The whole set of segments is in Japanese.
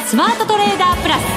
スマートトレーダープラス。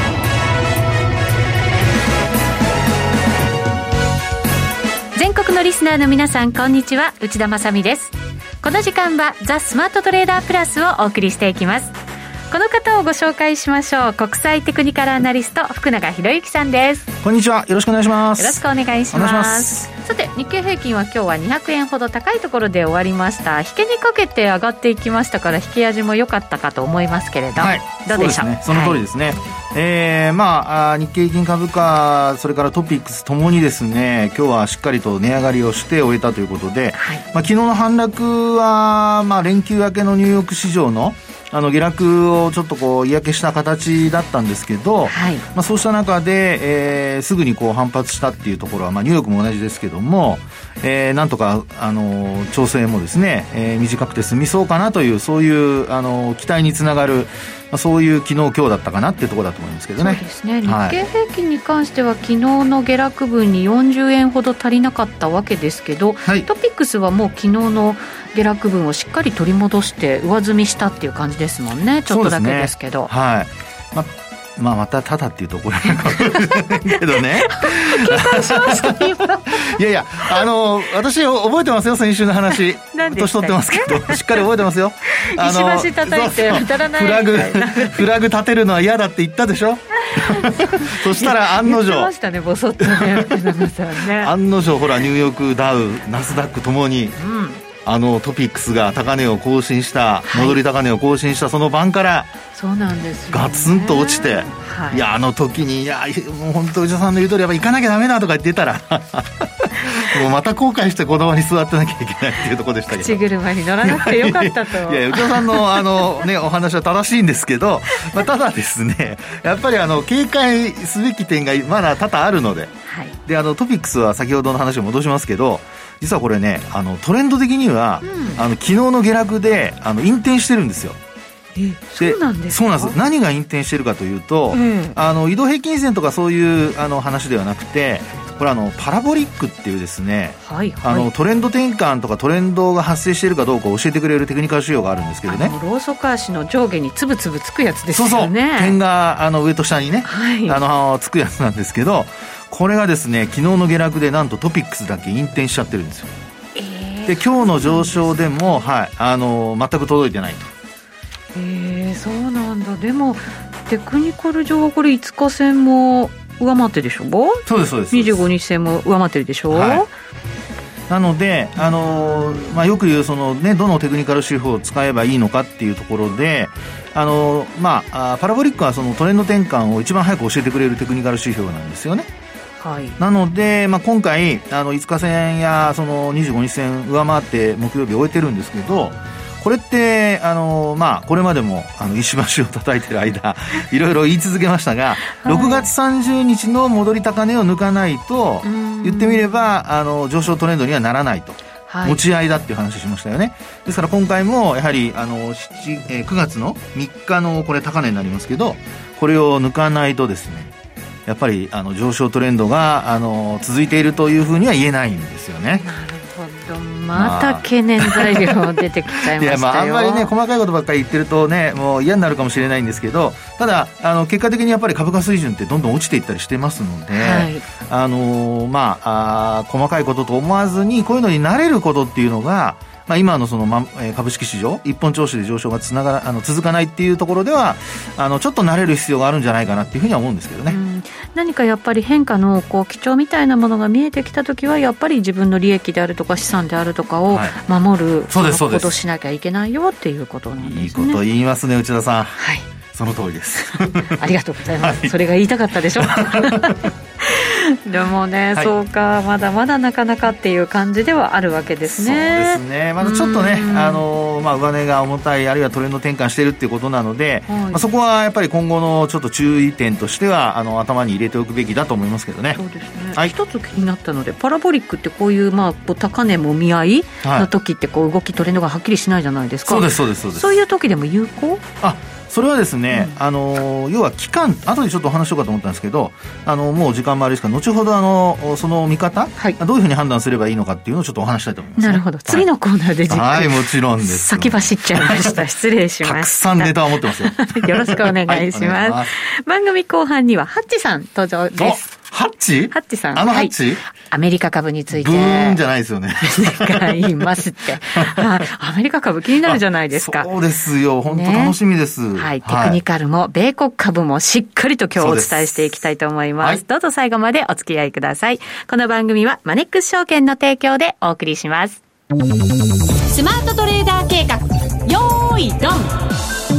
全国のリスナーの皆さん、こんにちは、内田まさみです。この時間はザ・スマートトレーダープラスをお送りしていきます。この方をご紹介しましょう。国際テクニカルアナリスト、福永博之さんです。 こんにちは、よろしくお願いします。 よろしくお願いします。さて、日経平均は今日は200円ほど高いところで終わりました。引けにかけて上がっていきましたから、引け味も良かったかと思いますけれど、はい、どうでしょう。 その通りですね、日経平均株価、それからトピックスともにですね、今日はしっかりと値上がりをして終えたということで、昨日の反落は、連休明けのニューヨーク市場の下落をちょっと嫌気した形だったんですけど、そうした中で、すぐに反発したっていうところは、ニューヨークも同じですけども、なんとか調整もですね、短くて済みそうかなという、そういう期待につながる、そういう昨日今日だったかなっていうところだと思いますけどね。 そうですね、日経平均に関しては昨日の下落分に40円ほど足りなかったわけですけど、トピックスはもう昨日の下落分をしっかり取り戻して上積みしたっていう感じですもんね。ちょっとだけですけど、 またただっていうところなんかけどね警戒しました今いや私覚えてますよ、先週の話。年取ってますけどしっかり覚えてますよ。 石橋叩いて当たらないみたいなフラグ立てるのは嫌だって言ったでしょそしたら案の定言ってましたね、ボソッとね案の定ほら、ニューヨークダウナスダックともに、トピックスが高値を更新した、戻り高値を更新したその晩からそうなんですよ、ね、 ガツンと落ちて、いや時にもう本当内田さんの言う通りやっぱ行かなきゃダメだとか言ってたらもうまた後悔して子供に座ってなきゃいけないっていうところでしたけど、口車に乗らなくてよかったといや内田さんのお話は正しいんですけど、ただですね、やっぱり警戒すべき点がまだ多々あるので、でトピックスは先ほどの話を戻しますけど、実はこれね、トレンド的には、昨日の下落で引転してるんですよ。 そうなんですか。 そうなんです。何が引転してるかというと、移動平均線とかそういう話ではなくて、これパラボリックっていうですね、トレンド転換とかトレンドが発生しているかどうかを教えてくれるテクニカル指標があるんですけどね、 ローソク足の上下につぶつぶつくやつですよね。 そう点が上と下にね、つくやつなんですけど、これがですね、昨日の下落でなんとトピックスだけ引転しちゃってるんですよ。で今日の上昇でも、全く届いてないと。 そうなんだ。でもテクニカル上はこれ5日線も上回ってるでしょ。 そうです 25日線も上回ってるでしょ、なので、よく言うどのテクニカル指標を使えばいいのかっていうところで、パラボリックはそのトレンド転換を一番早く教えてくれるテクニカル指標なんですよね。なので、今回5日線やその25日線上回って木曜日終えてるんですけど、これってこれまでも石橋を叩いてる間いろいろ言い続けましたが、6月30日の戻り高値を抜かないと、言ってみれば上昇トレンドにはならないと、持ち合いだっていう話しましたよね。ですから今回もやはり9月の3日のこれ高値になりますけど、これを抜かないとですね、やっぱり上昇トレンドが続いているというふうには言えないんですよね。 なるほど、また懸念材料出てきちゃいましたよ。 あんまりね細かいことばっかり言ってるとね、もう嫌になるかもしれないんですけど、ただ結果的にやっぱり株価水準ってどんどん落ちていったりしてますので、細かいことと思わずにこういうのに慣れることっていうのが、今の株式市場一本調子で上昇が続かないっていうところではちょっと慣れる必要があるんじゃないかなっていうふうには思うんですけどね。 何かやっぱり変化の基調みたいなものが見えてきたときは、やっぱり自分の利益であるとか資産であるとかを守ることをしなきゃいけないよっていうことなんですね。 いいこと言いますね、内田さん。その通りですありがとうございます、それが言いたかったでしょでもね、そうか、まだまだなかなかっていう感じではあるわけですね。 そうですね、まだちょっとね、上値が重たい、あるいはトレンド転換しているっていうことなので、そこはやっぱり今後のちょっと注意点としては頭に入れておくべきだと思いますけどね。 そうですね、一つ気になったので、パラボリックってこういう、高値もみ合いの時って動きトレンドがはっきりしないじゃないですか。 そうですそういう時でも有効？ それはですね、要は期間、後でちょっとお話しようかと思ったんですけど、もう時間もあれですから後ほどその見方、はい、どういうふうに判断すればいいのかっていうのをちょっとお話したいと思います、ね、 なるほど。次のコーナーでじっくり、 はい、もちろんです。 先走っちゃいました失礼しました。 たくさんネタを持ってますよよろしくお願いします、はい、番組後半にはハッチさん登場です。 ハッチさん、ハッチ、はい、 アメリカ株についてブーンじゃないですよね言いますってアメリカ株気になるじゃないですか。 そうですよ、本当楽しみです、ね、 はい、テクニカルも米国株もしっかりと今日お伝えしていきたいと思います、はい、どうぞ最後までお付き合いください。この番組はマネックス証券の提供でお送りします。スマートトレーダー計画、よーいドン。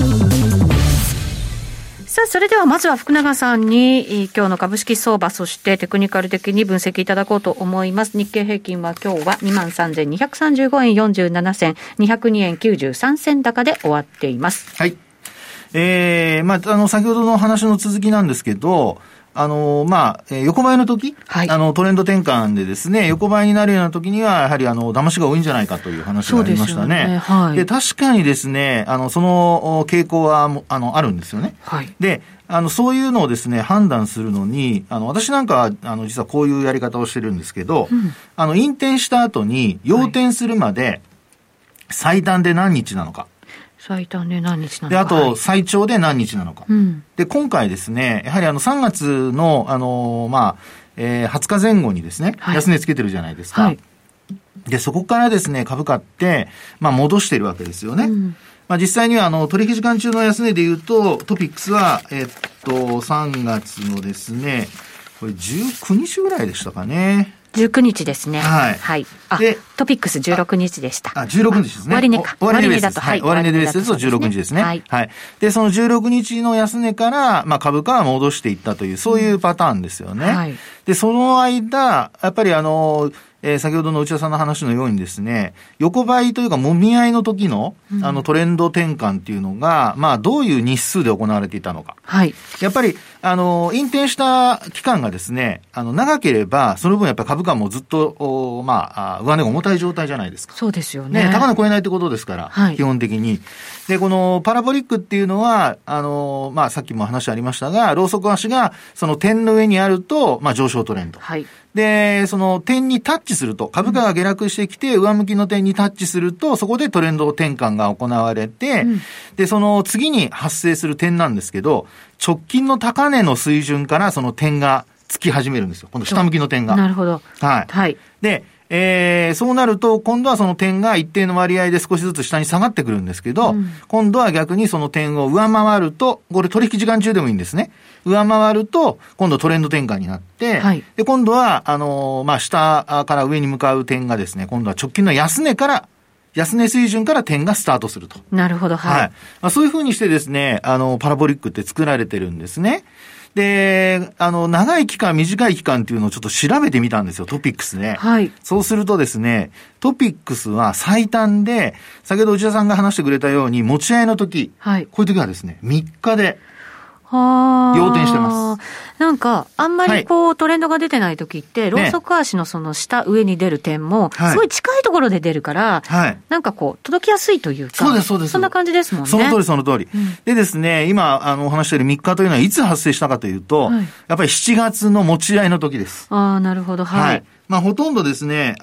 さあ、それではまずは福永さんに今日の株式相場、そしてテクニカル的に分析いただこうと思います。日経平均は今日は 23,235 円47銭、202円93銭高で終わっています。 はい。先ほどの話の続きなんですけど、横ばいの時、はい、トレンド転換でですね、横ばいになるような時には、やはり騙しが多いんじゃないかという話がありましたね。で、はい、確かにですね、その傾向は、あるんですよね。はい、で、そういうのをですね、判断するのに、私なんかは、実はこういうやり方をしてるんですけど、引転した後に、要転するまで、最短で何日なのか。 最短で何日なのか。 で、あと、最長で何日なのか。で、今回ですね、やはり3月の、20日前後にですね、安値つけてるじゃないですか。はい、で、そこからですね、株価って、戻してるわけですよね。実際には、取引時間中の安値で言うと、トピックスは、3月のですね、これ19日ぐらいでしたかね。 19日ですね。 はい。 はい。で、トピックス16日でした。 16日ですね。 終値か。 終値だと。はい。終値ベースですと16日ですね。はい。はい。で、その16日の安値から、株価は戻していったという、そういうパターンですよね。はい。で、その間、やっぱり先ほどの内田さんの話のようにですね、横ばいというか揉み合いの時の、トレンド転換っていうのが、どういう日数で行われていたのか。はい。やっぱり、引転した期間がですね、長ければ、その分やっぱり株価もずっと、上値が重たい状態じゃないですか。 そうですよね。 高値超えないってことですから、はい、基本的に。で、このパラボリックっていうのは、さっきも話ありましたが、ローソク足が、その点の上にあると、上昇トレンド。はい。で、その点にタッチすると、株価が下落してきて、上向きの点にタッチすると、そこでトレンド転換が行われて、で、その次に発生する点なんですけど、直近の高値の水準からその点がつき始めるんですよ。今度下向きの点が。 なるほど。 はい。はい。で、そうなると、今度はその点が一定の割合で少しずつ下に下がってくるんですけど、今度は逆にその点を上回ると、これ取引時間中でもいいんですね。上回ると、今度トレンド転換になって、はい、で、今度は、下から上に向かう点がですね、今度は直近の安値水準から点がスタートすると。 なるほど、はい。 はい。そういうふうにしてですね、パラボリックって作られてるんですね。で、長い期間、短い期間っていうのをちょっと調べてみたんですよ、トピックスで。はい。そうするとですね、トピックスは最短で、先ほど内田さんが話してくれたように、持ち合いの時、はい。こういう時はですね、3日で、要点してます。 なんか、あんまりトレンドが出てない時って、ローソク足のその下上に出る点も、すごい近いところで出るから、はい、なんか届きやすいというか、 そうです、そうです。 そんな感じですもんね。 その通り、その通り。でですね、今、お話している3日というのはいつ発生したかというと、やっぱり7月の持ち合いの時です。 なるほど、はい。 ほとんどですね、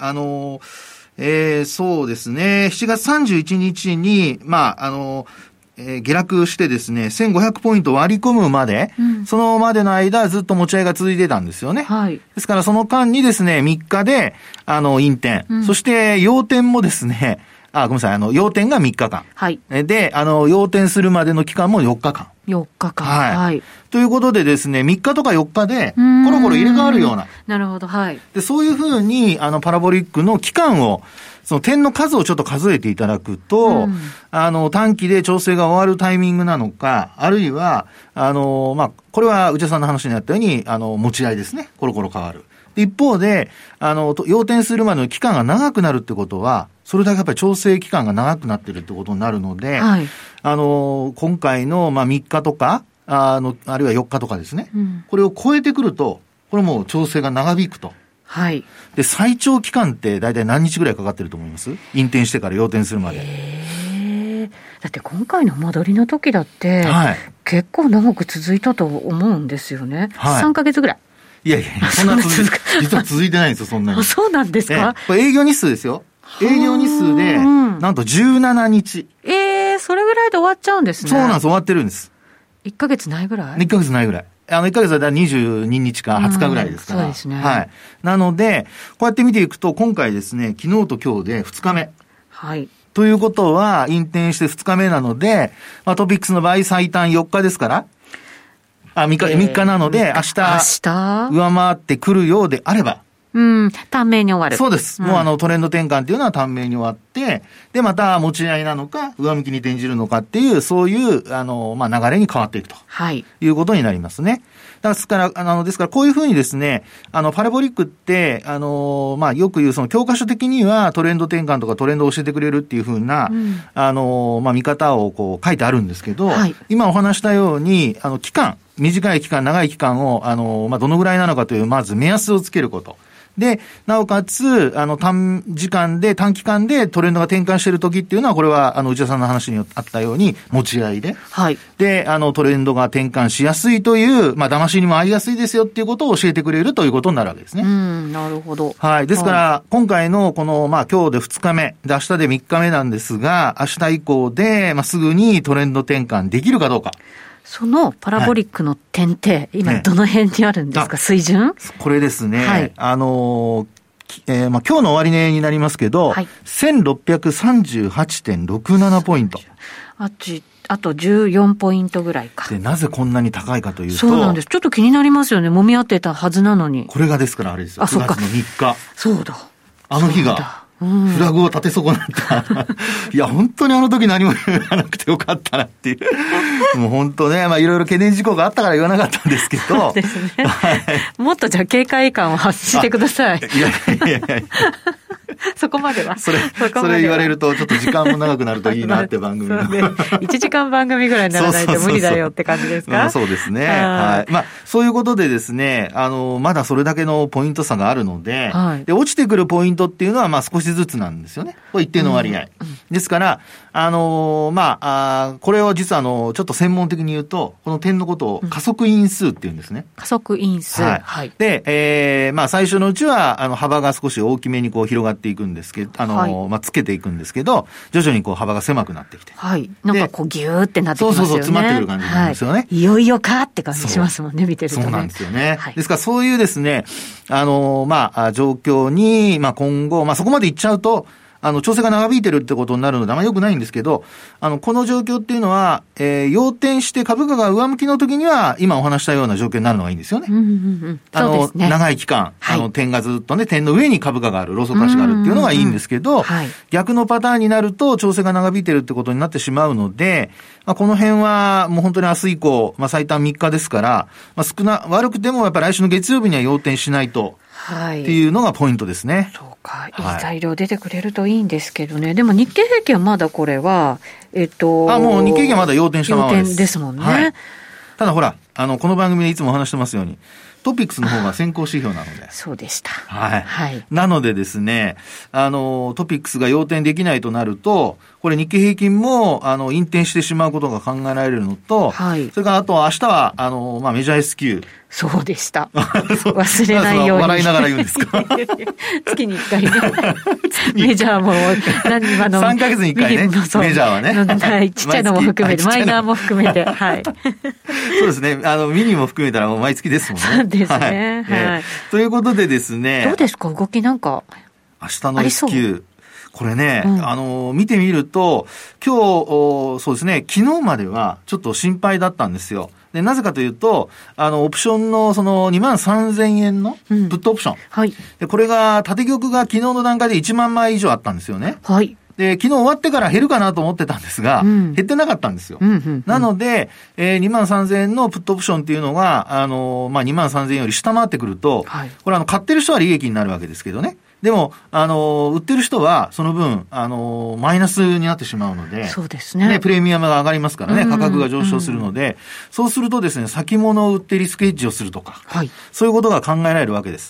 そうですね、7月31日に、下落してですね、1500ポイント割り込むまで、そのまでの間ずっと持ち合いが続いてたんですよね。はい。ですからその間にですね、3日で、引転、そして要転もですね、ごめんなさい、要転が3日間。はい。で、要転するまでの期間も4日間。 4日間。 はい。はい。ということでですね、3日とか4日で、コロコロ入れ替わるような。 なるほど、はい。 で、そういうふうに、パラボリックの期間を、その点の数をちょっと数えていただくと、短期で調整が終わるタイミングなのか、あるいは、これは内田さんの話にあったように、持ち合いですね。コロコロ変わる。一方で、要転するまでの期間が長くなるってことは、それだけやっぱり調整期間が長くなってるってことになるので、はい、今回の、3日とか、あるいは4日とかですね。これを超えてくると、これもう調整が長引くと。はい。で、最長期間って大体何日ぐらいかかってると思います？引転してから要転するまで。 だってって今回の間取りの時だって、はい、結構長く続いたと思うんですよね、はい、3ヶ月ぐらい。 いやいや、そんな実は続いてないんですよ、そんなに。 そうなんですか。 これ営業日数ですよ。営業日数で、なんと17日。 それぐらいで終わっちゃうんですね。 そうなんです、終わってるんです。 1ヶ月ないぐらい ?1 ヶ月ないぐらい。1ヶ月は22日か20日ぐらいですから。 そうですね。 はい。なので、こうやって見ていくと、今回ですね、昨日と今日で2日目。 はい。ということは、引転して2日目なので、トピックスの場合最短4日ですから、3日なので、明日、上回ってくるようであれば、 短命に終わる。 そうです。もうトレンド転換っていうのは短命に終わって、で、また持ち合いなのか、上向きに転じるのかっていう、そういう、流れに変わっていくと。はい。いうことになりますね。ですから、こういうふうにですね、パラボリックって、よく言うその教科書的にはトレンド転換とかトレンドを教えてくれるっていうふうな、見方をこう書いてあるんですけど、はい、今お話したように、短い期間、長い期間を、どのぐらいなのかという、まず目安をつけること。で、なおかつ、短期間でトレンドが転換している時っていうのは、これは、内田さんの話にあったように、持ち合いで。はい。で、トレンドが転換しやすいという、騙しにも合いやすいですよっていうことを教えてくれるということになるわけですね。 なるほど。 はい。ですから、今回のこの、今日で2日目、で、明日で3日目なんですが、明日以降で、すぐにトレンド転換できるかどうか。 そのパラボリックの点って、今どの辺にあるんですか、水準？ これですね。はい。今日の終値になりますけど、はい、1638.67 ポイント。 あと14ポイントぐらいか。 で、なぜこんなに高いかというと。 そうなんです。ちょっと気になりますよね。揉み合ってたはずなのに。 これがですからあれですよ。9月の3日。 そうだ。 あの日が。フラグを立て損なった。いや、本当にあの時何も言わなくてよかったなっていう。もう本当ね、いろいろ懸念事項があったから言わなかったんですけど。 そうですね。はい、もっとじゃあ警戒感を発してください。 いや。 そこまでは。 それ言われるとちょっと時間も長くなるといいなって番組の。 1時間番組ぐらいにならないと無理だよって感じですか？ そうですね。はい。そういうことでですね、まだそれだけのポイント差があるので、はい、で、落ちてくるポイントっていうのは少しずつなんですよね。これ一定の割合。ですから、これを実はちょっと専門的に言うと、この点のことを加速因数って言うんですね。 加速因数。 はい。はい、で、最初のうちは、幅が少し大きめにこう広がっていくんですけど、つけていくんですけど、徐々にこう幅が狭くなってきて。 はい。なんかこうギューってなってきますよね。 そう、詰まってくる感じなんですよね。はい、 いよいよかって感じしますもんね、見てるとね。 そうなんですよね。はい、ですからそういうですね、状況に、今後、そこまでいっちゃうと、調整が長引いてるってことになるのであんまり良くないんですけど、この状況っていうのは、要点して株価が上向きの時には、今お話したような状況になるのがいいんですよね。 そうですね。 長い期間、点がずっとね、点の上に株価がある、ローソク足があるっていうのがいいんですけど、逆のパターンになると、調整が長引いてるってことになってしまうので、この辺はもう本当に明日以降、最短3日ですから、悪くてもやっぱり来週の月曜日には要点しないと、っていうのがポイントですね。 そうか。いい材料出てくれるといいんですけどね。でも日経平均はまだこれは、 もう日経平均はまだ要点したままです。 要点ですもんね。 はい、ただほら、この番組でいつもお話してますように、トピックスの方が先行指標なので。 そうでした。 はい。はい。なのでですね、トピックスが要点できないとなると、これ日経平均も、引転してしまうことが考えられるのと、はい。それからあと明日は、メジャー S q。 そうでした。忘れないように。 笑いながら言うんですか？ 月に1回ね。メジャーも、 3ヶ月に1回ね。メジャーはね。 はい。ちっちゃいのも含めて、マイナーも含めて。はい。 そうですね。ミニも含めたらもう毎月ですもんね。 そうですね。はい。 ということでですね。 どうですか？動きなんか。 明日の S q。これね、見てみると、今日、そうですね、昨日まではちょっと心配だったんですよ。で、なぜかというと、オプションのその23,000円のプットオプション。はい。で、これが、縦玉が昨日の段階で1万枚以上あったんですよね。はい。で、昨日終わってから減るかなと思ってたんですが、減ってなかったんですよ。なので、23,000円のプットオプションっていうのが、23,000円より下回ってくると、はい、これ買ってる人は利益になるわけですけどね。でも、売ってる人は、その分、マイナスになってしまうので、 そうですね。 プレミアムが上がりますからね、価格が上昇するので、そうするとですね、先物を売ってリスクヘッジをするとか、はい、そういうことが考えられるわけです。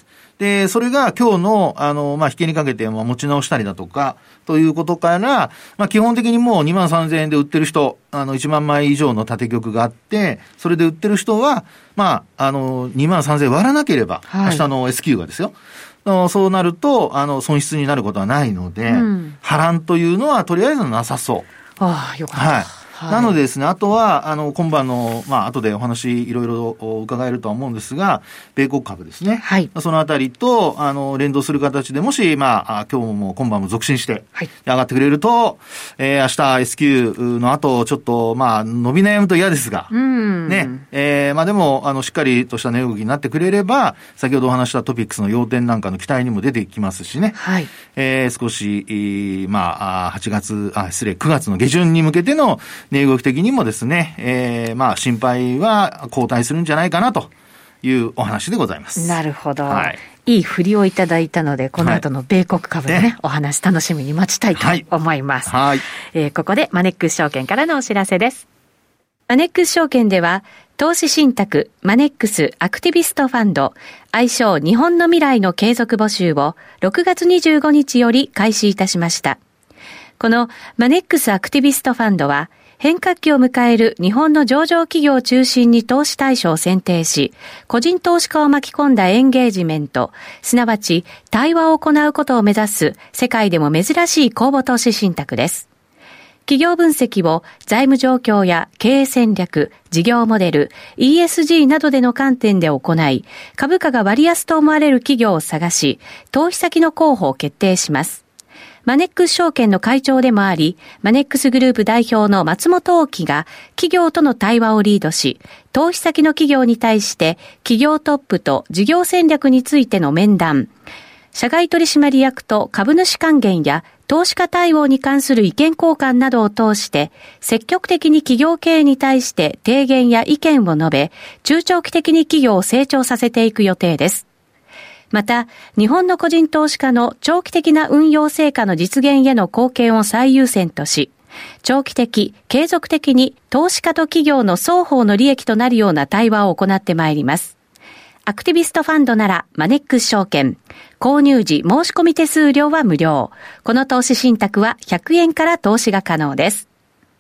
で、それが今日の、引けにかけて、持ち直したりだとか、ということから、基本的にもう23,000円で売ってる人、1万枚以上の縦玉があって、それで売ってる人は、23,000円割らなければ、明日の S q がですよ。そうなると、損失になることはないので、波乱というのはとりあえずなさそう。 ああ、よかった。 はい。なのでですね、あとは、今晩の、後でお話いろいろ伺えるとは思うんですが、米国株ですね。 はい。 そのあたりと、連動する形で、もし、今日も今晩も続伸して、上がってくれると、明日 S q の後、ちょっと、伸び悩むと嫌ですが、ね、でも、しっかりとした値動きになってくれれば、先ほどお話したトピックスの要点なんかの期待にも出てきますしね。 はい。 少し、9月の下旬に向けての、値動き的にもですね、心配は後退するんじゃないかなというお話でございます。 なるほど。はい。いい振りをいただいたので、この後の米国株のね、お話楽しみに待ちたいと思います。 はい。 ここでマネックス証券からのお知らせです。マネックス証券では、投資信託マネックスアクティビストファンド愛称日本の未来の継続募集を6月25日より開始いたしました。このマネックスアクティビストファンドは、変革期を迎える日本の上場企業を中心に投資対象を選定し、個人投資家を巻き込んだエンゲージメント、すなわち対話を行うことを目指す世界でも珍しい公募投資信託です。企業分析を財務状況や経営戦略、事業モデル、ESG などでの観点で行い、株価が割安と思われる企業を探し、投資先の候補を決定します。マネックス証券の会長でもあり、マネックスグループ代表の松本大樹が企業との対話をリードし、投資先の企業に対して企業トップと事業戦略についての面談、社外取締役と株主還元や投資家対応に関する意見交換などを通して、積極的に企業経営に対して提言や意見を述べ、中長期的に企業を成長させていく予定です。また、日本の個人投資家の長期的な運用成果の実現への貢献を最優先とし、長期的、継続的に投資家と企業の双方の利益となるような対話を行ってまいります。アクティビストファンドならマネックス証券。購入時申し込み手数料は無料。この投資信託は100円から投資が可能です。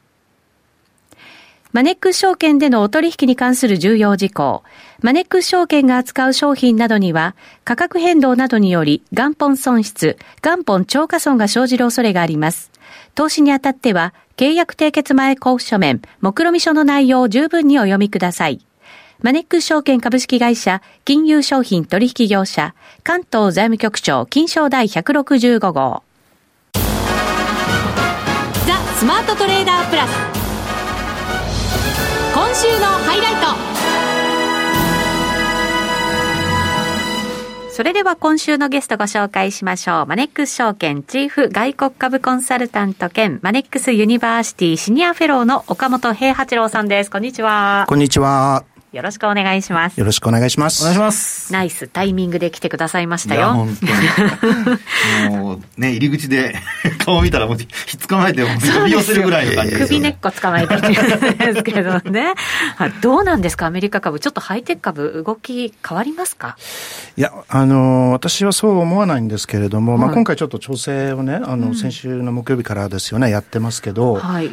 マネックス証券でのお取引に関する重要事項。マネックス証券が扱う商品などには、価格変動などにより元本損失、元本超過損が生じる恐れがあります。投資にあたっては、契約締結前交付書面、目論見書の内容を十分にお読みください。マネックス証券株式会社、金融商品取引業者、関東財務局長、金商第165号。ザ・スマートトレーダープラス。今週のハイライト。それでは今週のゲストご紹介しましょう。マネックス証券チーフ外国株コンサルタント兼マネックスユニバーシティシニアフェローの岡本平八郎さんです。こんにちは。 こんにちは。 よろしくお願いします。 よろしくお願いします。 お願いします。 ナイスタイミングで来てくださいましたよ。 いや本当にもうね、入り口で顔見たらもうひっつかまえて呼び寄せるぐらいの感じですよね。 首根っこ捕まえてるんですけどね。どうなんですか、アメリカ株。ちょっとハイテク株動き変わりますか？ いや、私はそう思わないんですけれども、今回ちょっと調整をね、先週の木曜日からですよね、やってますけど、 はい、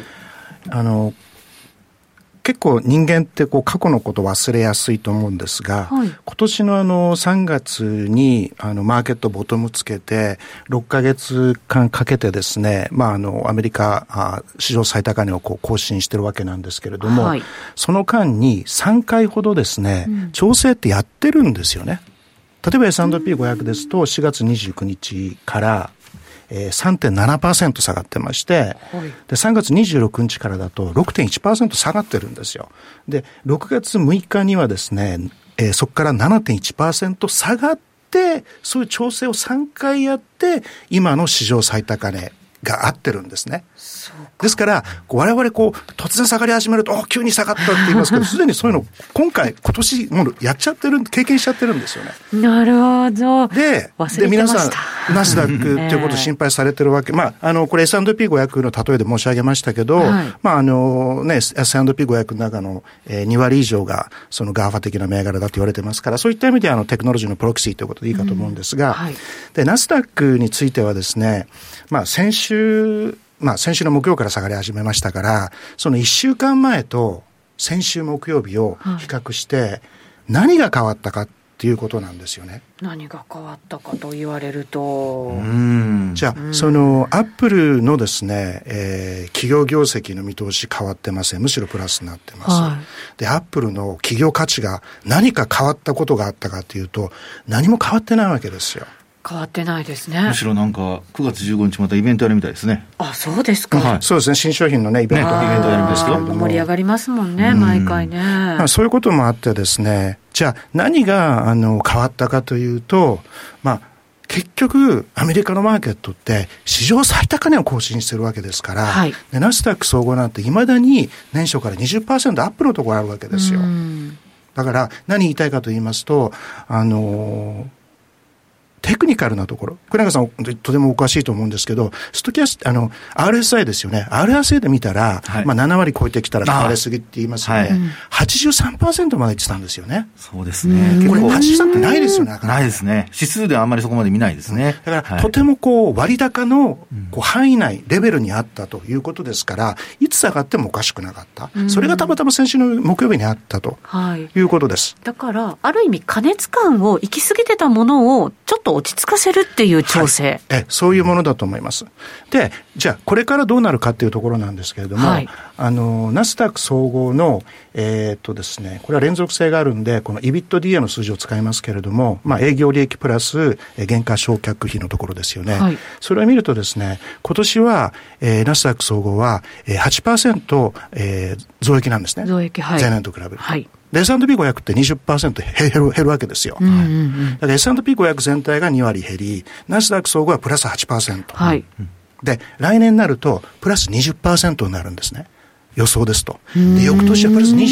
結構人間って過去のこと忘れやすいと思うんですが、 はい、 今年の3月にマーケットボトムつけて6ヶ月間かけてですね、アメリカ史上最高値を更新してるわけなんですけれども、はい、その間に3回ほどですね、調整ってやってるんですよね。例えば S&P500 ですと4月29日から3.7% 下がってまして、で3月26日からだと 6.1% 下がってるんですよ。で6月6日にはですね、そこから 7.1% 下がって、そういう調整を3回やって今の史上最高値が合ってるんですね。ですから我々突然下がり始めると急に下がったって言いますけどすでにそういうの今年もうやっちゃってる経験しちゃってるんですよね。 なるほど。 で皆さんナスダックっていうことを心配されてるわけ、これ S&P500 の例えで申し上げましたけど、S&P500 の中の2割以上がその GAFA 的な銘柄だと言われてますから、そういった意味でテクノロジーのプロキシーということでいいかと思うんですが、でナスダックについてはですね、先週の木曜から下がり始めましたから、その1週間前と先週木曜日を比較して何が変わったかっていうことなんですよね。 何が変わったかと言われると、 じゃあそのアップルのですね、企業業績の見通し変わってません。むしろプラスになってます、でアップルの企業価値が何か変わったことがあったかというと何も変わってないわけですよ。 変わってないですね。 むしろなんか9月15日またイベントやるみたいですね。 そうですか、 そうですね。新商品のねイベントやるんですけれども、 盛り上がりますもんね、毎回ね。 そういうこともあってですね、じゃあ何が変わったかというと、結局アメリカのマーケットって史上最高値を更新してるわけですから、でナスダック総合なんていまだに年初から 20% アップのところあるわけですよ。だから何言いたいかと言いますと、テクニカルなところ、倉永さんとてもおかしいと思うんですけど、RSI ですよね。RSI で見たら、7割超えてきたら買われすぎって言いますよね。83% までいってたんですよね。 そうですね。 これ83ってないですよね。 ないですね。指数ではあんまりそこまで見ないですね。 だから、とても割高の範囲内、レベルにあったということですから、いつ下がってもおかしくなかった。それがたまたま先週の木曜日にあったということです。 だから、ある意味過熱感を行き過ぎてたものをちょっと落ち着かせるっていう調整、 そういうものだと思います。で、じゃあこれからどうなるかっていうところなんですけれども、ナスダック総合のですね、これは連続性があるんで、この EBITDA の数字を使いますけれども、営業利益プラス原価償却費のところですよね。それを見るとですね、今年は、ナスダック総合は 8% 増益なんですね。 増益、 前年と比べると。で S&P500 って 20% 減るわけですよ。だから S&P500 全体が2割減り、ナスダック総合はプラス 8%。で、来年になるとプラス 20% になるんですね。予想ですと。で、翌年はプラス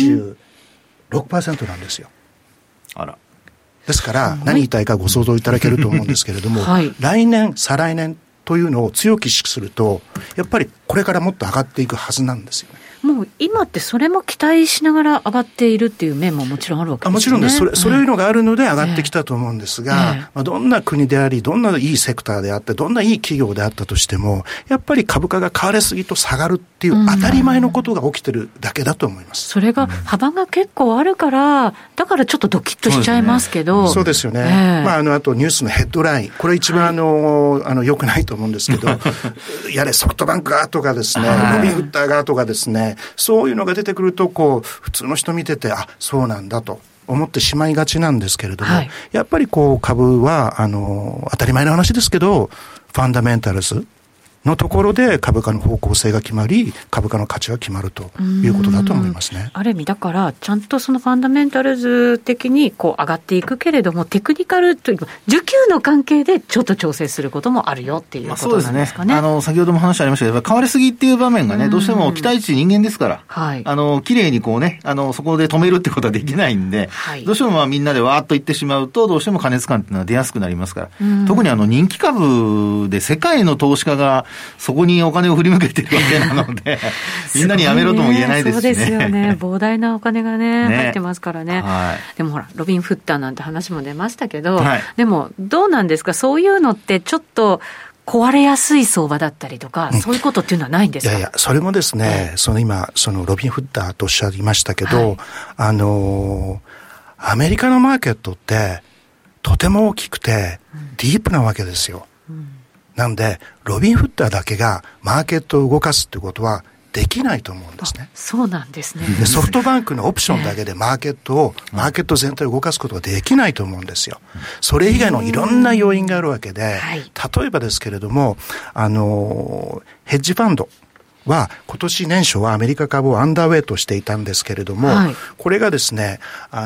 26% なんですよ。ですから、何言いたいかご想像いただけると思うんですけれども、来年、再来年というのを強く意識すると、やっぱりこれからもっと上がっていくはずなんですよね。 もう今ってそれも期待しながら上がっているっていう面ももちろんあるわけですね。 もちろんです。そういうのがあるので上がってきたと思うんですが、どんな国であり、どんないいセクターであって、どんないい企業であったとしても、やっぱり株価が買われすぎと下がるっていう当たり前のことが起きてるだけだと思います。 それが幅が結構あるから、だからちょっとドキッとしちゃいますけど。 そうですよね。あとニュースのヘッドライン、これ一番良くないと思うんですけど、やれソフトバンクがとかですね、ロビンフッターがとかですね、そういうのが出てくると普通の人見ててそうなんだと思ってしまいがちなんですけれども、やっぱり株は当たり前の話ですけどファンダメンタルズのところで株価の方向性が決まり株価の価値が決まるということだと思いますね。 ある意味だからちゃんとそのファンダメンタルズ的に上がっていくけれどもテクニカルという需給の関係でちょっと調整することもあるよっていうことなんですかね。 先ほども話ありましたけど買われすぎっていう場面がねどうしても期待値人間ですから、綺麗にそこで止めるってことはできないんで、どうしてもみんなでわーっと言ってしまうとどうしても過熱感っていうのは出やすくなりますから、特に人気株で世界の投資家がそこにお金を振り向けてるわけなのでみんなにやめろとも言えないですしね。 そうですよね。膨大なお金が入ってますからね。でもほらロビンフッターなんて話も出ましたけど、でもどうなんですか、そういうのってちょっと壊れやすい相場だったりとか、そういうことっていうのはないんですか。 それもですね、今ロビンフッターとおっしゃいましたけど、アメリカのマーケットってとても大きくてディープなわけですよ。なんでロビンフッターだけがマーケットを動かすってことはできないと思うんですね。 そうなんですね。 でソフトバンクのオプションだけでマーケット全体を動かすことができないと思うんですよ。それ以外のいろんな要因があるわけで、例えばですけれどもヘッジファンドは今年年初はアメリカ株をアンダーウェイトしていたんですけれども、これがですね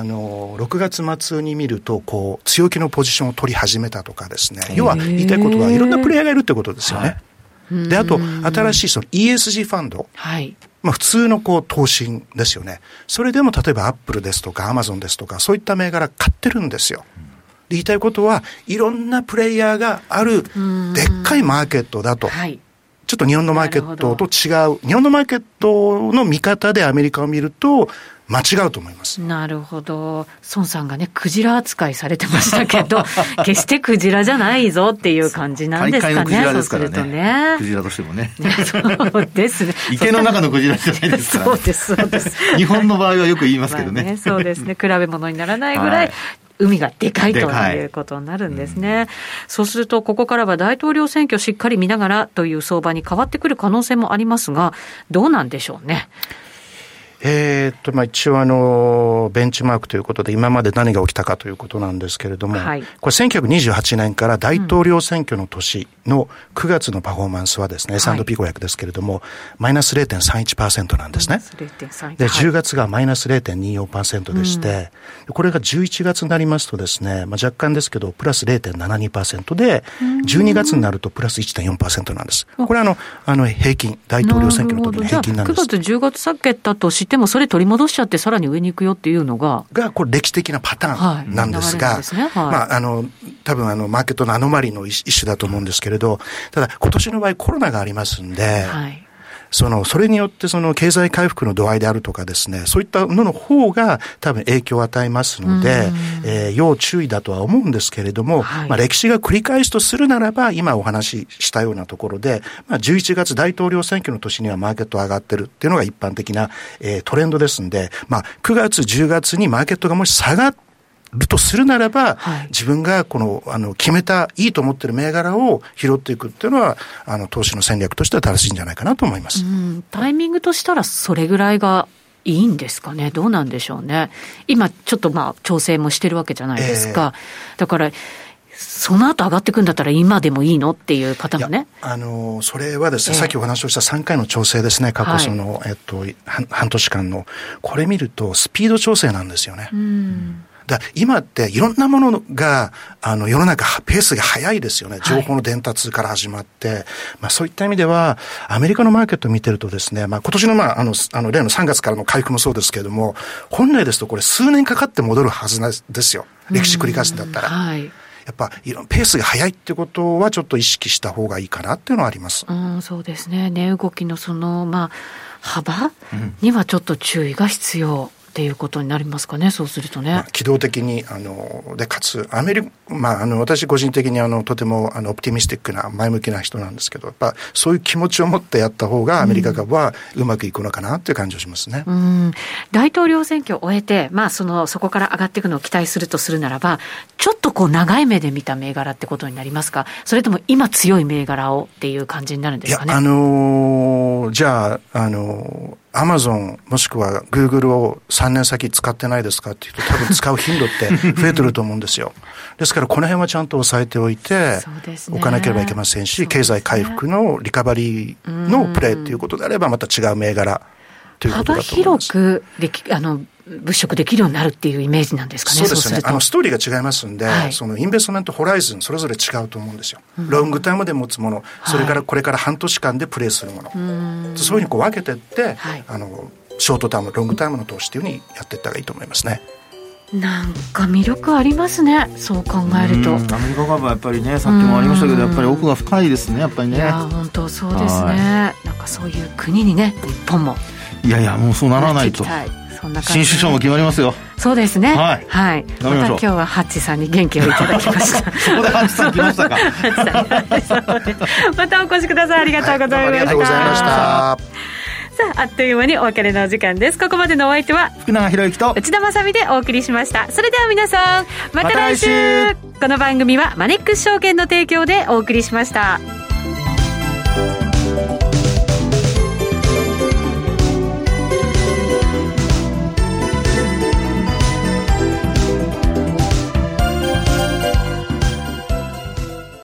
6月末に見ると強気のポジションを取り始めたとかですね、要は言いたいことはいろんなプレイヤーがいるってことですよね。 で、あと、新しいその ESG ファンド。 はい。 普通の投資ですよね。それでも例えばアップルですとかアマゾンですとかそういった銘柄買ってるんですよ。言いたいことはいろんなプレイヤーがあるでっかいマーケットだと。はい。ちょっと日本のマーケットと違う。日本のマーケットの見方でアメリカを見ると間違うと思います。 なるほど。孫さんがね、クジラ扱いされてましたけど、決してクジラじゃないぞっていう感じなんですかね。 大海のクジラですからね。 そうするとね。 クジラとしてもね。 そうですね。 池の中のクジラじゃないですから、ね。 そうです、そうです。 日本の場合はよく言いますけどね。 そうですね。比べ物にならないぐらい。海がでかいということになるんですね。そうするとここからは大統領選挙しっかり見ながらという相場に変わってくる可能性もありますが、どうなんでしょうね。 一応ベンチマークということで今まで何が起きたかということなんですけれども、はい、これ1928年から大統領選挙の年の9月のパフォーマンスはですね、S&P 500ですけれども、マイナス 0.31% なんですね。で、10月がマイナス 0.24% でして、これが11月になりますとですね、若干ですけど、プラス 0.72% で、12月になるとプラス 1.4% なんです。これは平均、大統領選挙の時の平均なんです。 9月、10月下げたとしてもそれ取り戻しちゃってさらに上に行くよっていうのがこれ歴史的なパターンなんですが、多分マーケットのアノマリの一種だと思うんですけれど、ただ今年の場合コロナがありますんで、それによって経済回復の度合いであるとかですね、そういったのの方が多分影響を与えますので、要注意だとは思うんですけれども、歴史が繰り返すとするならば、今お話ししたようなところで、11月大統領選挙の年にはマーケット上がってるっていうのが一般的な、トレンドですんで、9月、10月にマーケットがもし下がるとするならば、自分が決めたいいと思っている銘柄を拾っていくっていうのは投資の戦略としては正しいんじゃないかなと思います。 タイミングとしたらそれぐらいがいいんですかね。どうなんでしょうね。今ちょっと調整もしてるわけじゃないですか。だからその後上がっていくんだったら今でもいいのっていう方もね。 それはですね、さっきお話をした3回の調整ですね、過去半年間のこれ見るとスピード調整なんですよね。今っていろんなものが世の中ペースが速いですよね。情報の伝達から始まって、そういった意味ではアメリカのマーケットを見てるとですね、今年の例の3月からの回復もそうですけれども、本来ですとこれ数年かかって戻るはずなんですよ。歴史繰り返すんだったら。やっぱペースが速いってことはちょっと意識した方がいいかなっていうのはあります。 そうですね。値動きの幅にはちょっと注意が必要っていうことになりますかね。そうするとね、 機動的にでかつ私個人的にとてもオプティミスティックな前向きな人なんですけど、やっぱそういう気持ちを持ってやった方がアメリカ株はうまくいくのかなっていう感じがしますね。 大統領選挙を終えて、そこから上がっていくのを期待するとするならば、ちょっと長い目で見た銘柄ってことになりますか。それとも今強い銘柄をっていう感じになるんですかね。 じゃあアマゾンもしくはグーグルを3年先使ってないですかっていうと、多分使う頻度って増えてると思うんですよ。ですからこの辺はちゃんと押さえておいておかなければいけませんし、経済回復のリカバリーのプレーということであればまた違う銘柄ということだと思います。 幅広く物色できるようになるっていうイメージなんですかね。 そうですね。ストーリーが違いますんで、そのインベストメントホライズンそれぞれ違うと思うんですよ。ロングタイムで持つもの、それからこれから半年間でプレイするもの、そういうふうに分けていって、ショートタームロングタイムの投資というふうにやっていったらいいと思いますね。 なんか魅力ありますね。そう考えるとアメリカ株はやっぱりね、さっきもありましたけど、やっぱり奥が深いですね。やっぱりね。 いや本当そうですね。なんかそういう国にね、日本ももうそうならないと。新首相も決まりますよ。 そうですね。また今日はハッチさんに元気をいただきました。 そこでハッチさん来ましたか。 またお越しください。ありがとうございました。 ありがとうございました。 さあ、あっという間にお別れのお時間です。ここまでのお相手は福永博之と内田まさみでお送りしました。それでは皆さん、また来週。この番組はマネックス証券の提供でお送りしました。